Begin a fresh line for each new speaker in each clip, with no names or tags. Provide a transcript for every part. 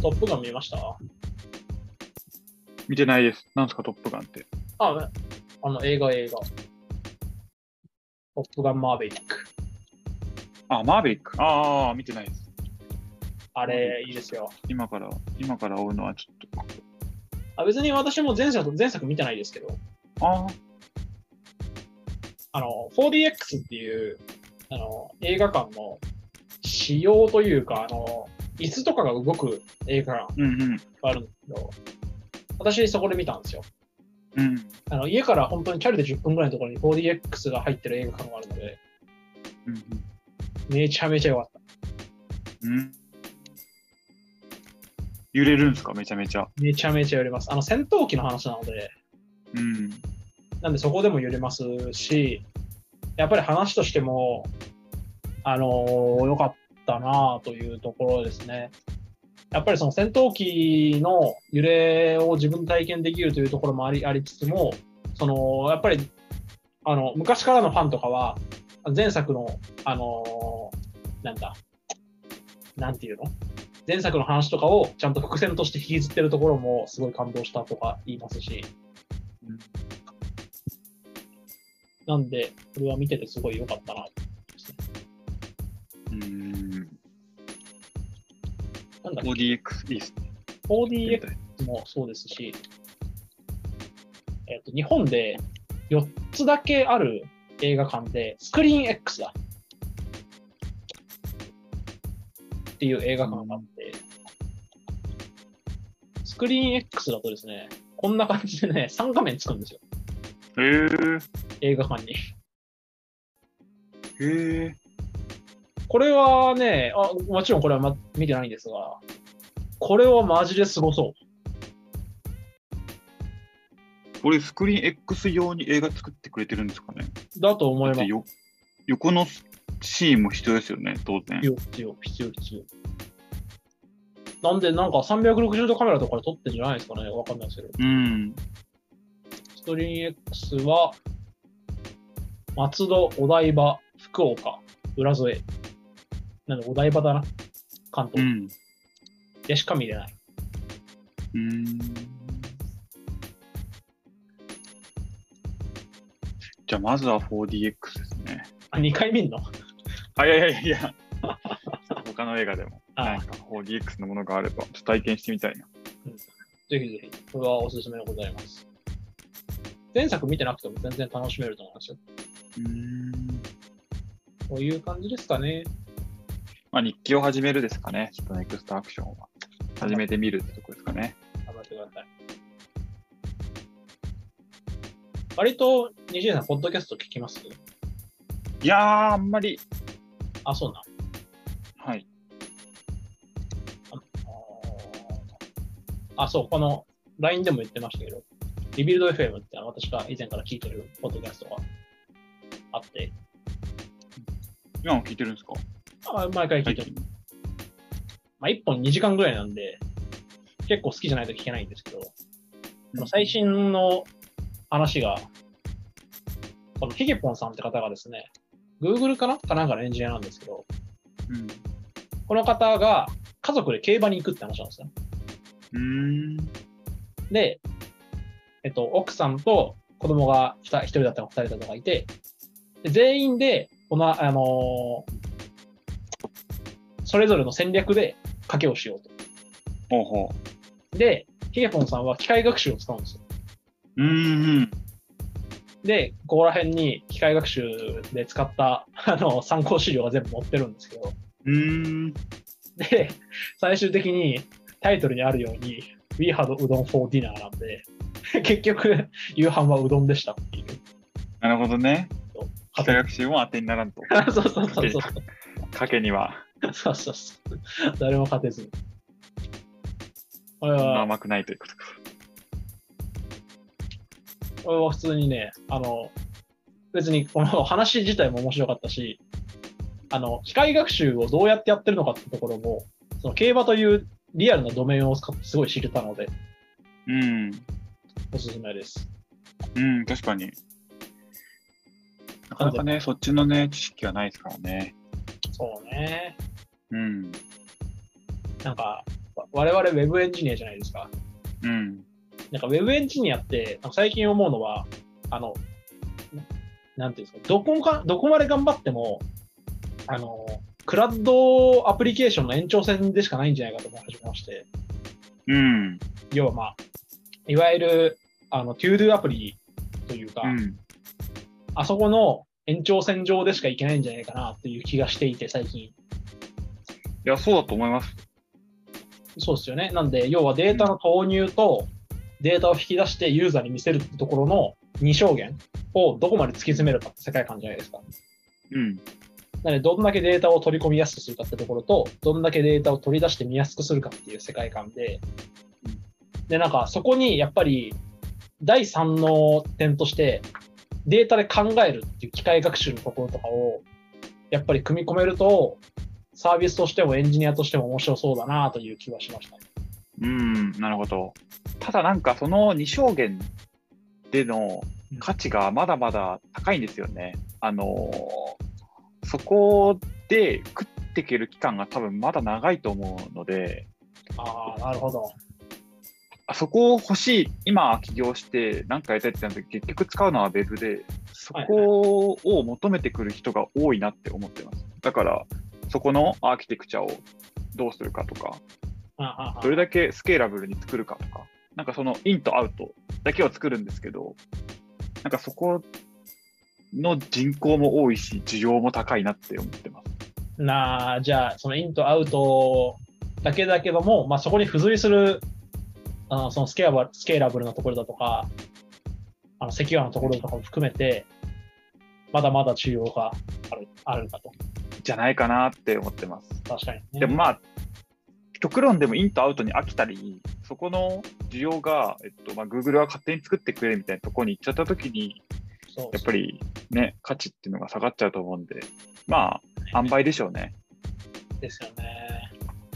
トップガン見ました？
見てないです。なんですか、トップガンって。
映画。トップガンマーヴェリック。
あ、マーヴェリック。ああ、見てないです。
あれ、いいですよ。
今から追うのはちょっ
別に私も前作見てないですけど、
と。ああ、
4DX っていう、映画館の仕様というか、椅子とかが動く映画館
うんうん。
があるんですけど、私そこで見たんですよ。
うん。
家から本当にチャリで10分ぐらいのところに 4DX が入ってる映画館があるので、
うん
めちゃめちゃ良かった。
うん。揺れるんですか、めちゃめちゃ。
めちゃめちゃ揺れます。戦闘機の話なので、
うん。
なんでそこでも揺れますし、やっぱり話としても、良かったなというところですね。やっぱりその戦闘機の揺れを自分体験できるというところもありつつも、やっぱり、昔からのファンとかは、前作の、なんていうの前作の話とかをちゃんと伏線として引きずってるところもすごい感動したとか言いますし、なんで、これは見ててすごい良かったな。なんだっけ
4DX いいっすね。
4DX もそうですし、日本で4つだけある映画館で、スクリーン X だっていう映画館があって、スクリーン X だとですね、こんな感じでね、3画面つくんですよ。映画館に。これはね、もちろんこれは見てないんですが、これはマジですごそう。
これスクリーン X 用に映画作ってくれてるんですかね。
だと思います。
横のシーンも必要ですよね、当然。
必要。なんで、なんか360度カメラとかで撮ってんじゃないですかね。わかんないですけど。スクリーン X は、松戸、お台場、福岡、浦添。なんで、お台場だな。関東。でしか見れない。
じゃあ、まずは 4DX ですね。
2回見んの？
いや。他の映画でも、なんか 4DX のものがあれば、ちょっと体験してみたいな。
ぜひぜひ、これはおすすめでございます。前作見てなくても全然楽しめると思いますよ。こういう感じですかね。
まあ、日記を始めるですかね。ちょっとネクストアクションは。始めてみるってとこですかね。
頑張ってください。割と、西江さん、ポッドキャスト聞きます？
いやー、あんまり。
そうな。
はい。
そう、この LINE でも言ってましたけど、リビルド FM って私が以前から聞いてるポッドキャストがあって。
今も聞いてるんですか？
毎回聞いてる。1本2時間ぐらいなんで、結構好きじゃないと聞けないんですけど、最新の話が、このヒゲポンさんって方がですね、Google かなんかのエンジニアなんですけど、この方が家族で競馬に行くって話なんですね。で、奥さんと子供が1人だったか2人だったかいて、全員で、それぞれの戦略で賭けをしようと。で、ヒゲポンさんは機械学習を使うんですよ。で、ここら辺に機械学習で使った参考資料が全部載ってるんですけど、で、最終的にタイトルにあるように、We had udon for dinner なんで、結局、夕飯はうどんでしたっていう。
なるほどね。機械学習も当てにならんと。
そう。
賭けには。
そう。誰も勝てずに。これは
甘くないということか。
これは普通にね、別にこの話自体も面白かったし、機械学習をどうやってやってるのかってところも、その競馬というリアルなドメインを使ってすごい知れたので、おすすめです。
確かに。なかなかね、そっちのね、知識はないですからね。
そうね。なんか、 我々ウェブエンジニアじゃないですか。
うん。
なんかウェブエンジニアって最近思うのは、なんていうんですか、どこまで頑張っても、クラッドアプリケーションの延長線でしかないんじゃないかと思い始めまして。
うん。
要はまあ、いわゆる、トゥードゥアプリというか、あそこの延長線上でしかいけないんじゃないかなっていう気がしていて、最近。
いや、そうだと思います。
そうですよね。なんで、要はデータの投入とデータを引き出してユーザーに見せるってところの2証言をどこまで突き詰めるかって世界観じゃないですか。
うん。
なので、どんだけデータを取り込みやすくするかってところと、どんだけデータを取り出して見やすくするかっていう世界観で、で、なんかそこにやっぱり第3の点として、データで考えるっていう機械学習のところとかを、やっぱり組み込めると、サービスとしてもエンジニアとしても面白そうだなという気はしました。
なるほど。ただなんかその2証言での価値がまだまだ高いんですよね。そこで食っていける期間が多分まだ長いと思うので。
ああ、なるほど。
そこを欲しい、今起業して何かやりたいって言ったら結局使うのは Web で、そこを求めてくる人が多いなって思ってます。だから、そこのアーキテクチャをどうするかとか、どれだけスケーラブルに作るかとか、なんかそのインとアウトだけは作るんですけど、なんかそこの人口も多いし、需要も高いなって思ってます。
じゃあ、そのインとアウトだけだけども、まあ、そこに付随するそのスケーラブルなところだとか、セキュアなところとかも含めて、まだまだ需要があるかと。
じゃないかなって思ってます。
確かに、ね。
でもまあ、極論でもインとアウトに飽きたり、そこの需要が、Google は勝手に作ってくれるみたいなところに行っちゃったときに、やっぱりね、価値っていうのが下がっちゃうと思うんで、まあ、塩梅でしょうね。
ですよね。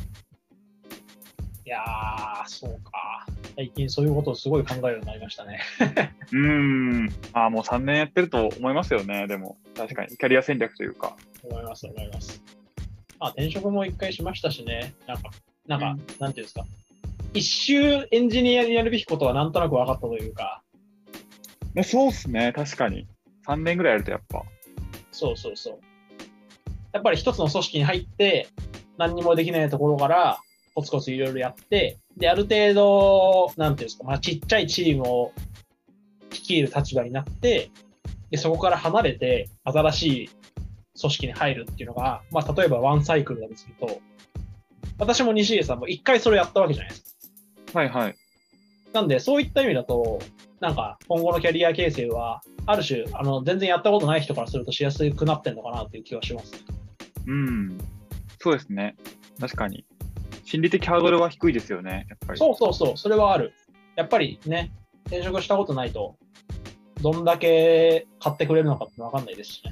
いやー、そうか。最近そういうことをすごい考えるようになりましたね。
もう3年やってると思いますよね、でも。確かに、キャリア戦略というか。
思います。転職も一回しましたしね。なんていうんですか。一周エンジニアにやるべきことはなんとなく分かったというか。
そうっすね、確かに。3年ぐらいやるとやっぱ。
そう。やっぱり一つの組織に入って、何にもできないところから、コツコツいろいろやって、で、ある程度、なんていうんですか、ちっちゃいチームを率いる立場になって、で、そこから離れて、新しい組織に入るっていうのが、例えばワンサイクルだとすると、私も西家さんも一回それやったわけじゃないです
か。はいはい。
なんで、そういった意味だと、なんか、今後のキャリア形成は、ある種、全然やったことない人からするとしやすくなってんのかなっていう気はします。
そうですね。確かに。心理的ハードルは低いですよね、やっぱり。
そう。それはある。やっぱりね、転職したことないと、どんだけ買ってくれるのかって分かんないですしね。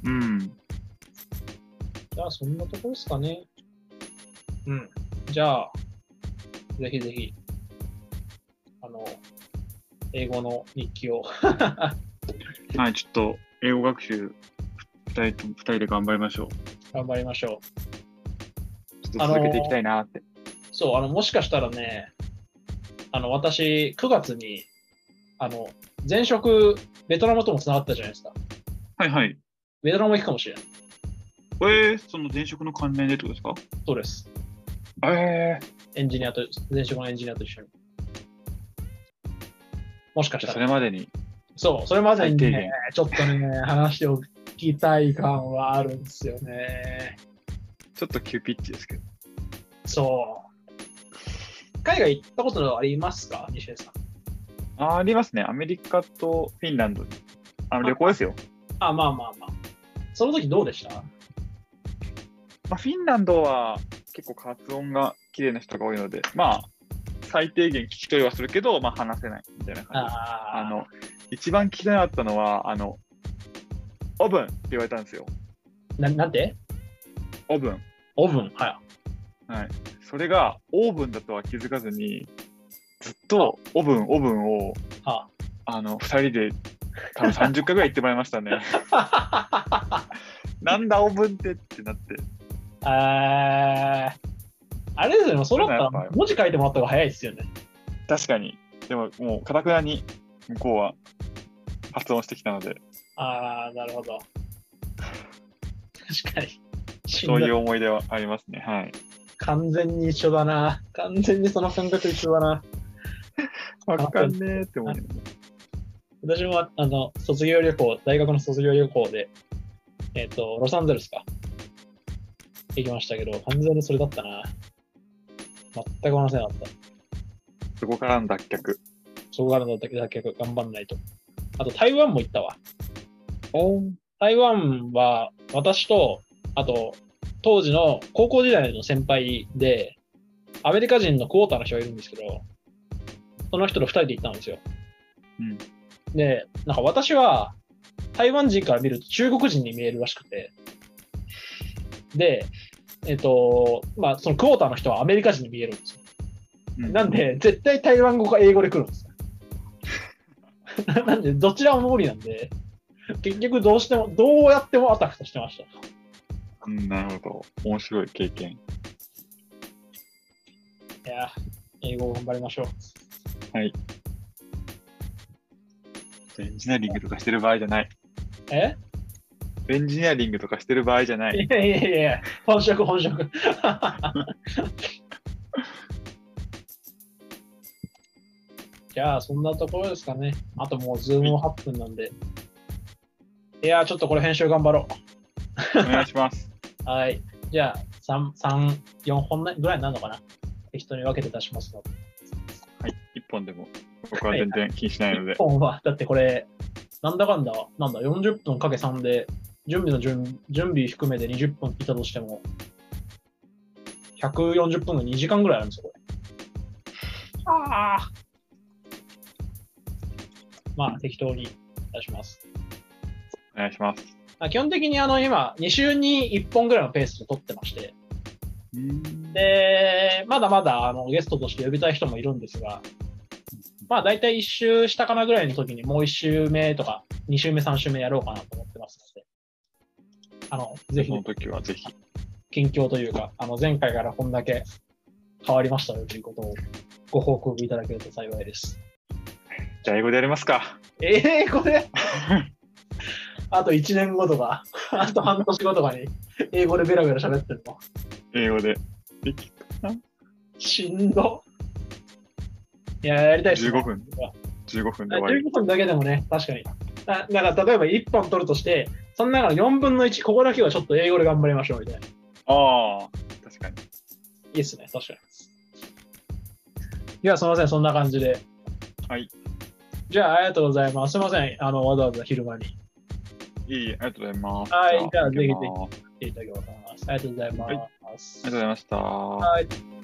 じゃあ、そんなところですかね。じゃあ、ぜひぜひ、英語の日記を。
はい、ちょっと、英語学習、2人で頑張りましょう。
頑張りましょう。
ちょっと続けていきたいなって。
もしかしたらね、私、9月に、前職、ベトナムともつながったじゃないですか。
はいはい。
ベトナム行くかもしれない。
その前職の関連でってことですか？
そうです。前職のエンジニアと一緒に。もしかしたら。
それまでに。
それまでにね、ちょっとね、話を聞きたい感はあるんですよね。
ちょっと急ピッチですけど。
そう。海外行ったことありますか、西江さん？
ありますね。アメリカとフィンランドに。旅行ですよ。
まあ。その時どうでした？
フィンランドは結構発音が綺麗な人が多いので、最低限聞き取りはするけど、話せないみたいな感じ。一番聞き取れなかったのは、オブンって言われたんですよ。
なんて？
オブン。
はい。
それがオーブンだとは気づかずに、ずっとオブンを、2人で多分30回ぐらい言ってもらいましたね。なんだオブンってなって。
あれですよね、そうなった
そういうのやっぱ
ら文字書いてもらった方が早いですよね。
確かに。でも、もう、かたくなに向こうは発音してきたので、
ああ、なるほど。確かに。
そういう思い出はありますね。はい。
完全に一緒だな。完全にその感覚一緒だな。
わかんねえって思いながら。
私も卒業旅行、大学の卒業旅行で、ロサンゼルスか。行きましたけど、完全にそれだったな。全く話せなかった。
そこからの脱却。
そこからのだけ頑張んないと。あと、台湾も行ったわ。
お
台湾は、私と、あと、当時の高校時代の先輩で、アメリカ人のクォーターの人がいるんですけど、その人と2人で行ったんですよ。
うん。
で、なんか私は、台湾人から見ると中国人に見えるらしくて、で、まあ、そのクォーターの人はアメリカ人に見えるんですよ。
うん、
なんで、絶対台湾語か英語で来るんですよ。なんで、どちらも無理なんで、結局どうやってもアタクトしてました。
うん、なるほど。面白い経験。
いや、英語を頑張りましょう。
はい。エンジニアリングとかしてる場合じゃない。
え
エンジニアリングとかしてる場合じゃない。
いやいやいや、本職。じゃあ、そんなところですかね。あともうズームも8分なんで。いや、ちょっとこれ編集頑張ろ
お願いします。
う。はい。じゃあ、4本ぐらいになるのかな。適当に分けて出しますので。
はい。1本でも僕は全然気にしないので。
1本は、だってこれ、なんだかんだ、40分かけ3で、準備含めて20分いたとしても、140分の2時間ぐらいあるんですよ、これ。ああ。まあ、適当に出します。
お願いします。
基本的に今、2週に1本ぐらいのペースで撮ってまして、で、まだまだゲストとして呼びたい人もいるんですが、まあ大体1週したかなぐらいの時にもう1週目とか2週目3週目やろうかなと思ってますので、ぜひ、
その時はぜひ。
近況というか、前回からこんだけ変わりましたよということをご報告いただけると幸いです。
じゃあ英語でやりますか。
これあと1年後とか、あと半年後とかに英語でベラベラ喋ってるの。
英語で。できた
しんど。いや、やりたいです、
ね。15分。15分で終わり。
15分だけでもね、確かに。だから例えば1本取るとして、その中の4分の1、ここだけはちょっと英語で頑張りましょうみたいな。
ああ、確かに。
いいっすね、確かに。いや、すみません、そんな感じで。
はい。
じゃあ、ありがとうございます。すみません、わざわざ昼間に。
いい、ありがとうございます。
はい、じゃあ、ぜひぜひ、来ていただきます。ありがとうございます。
はい、ありがとうございました。
はい。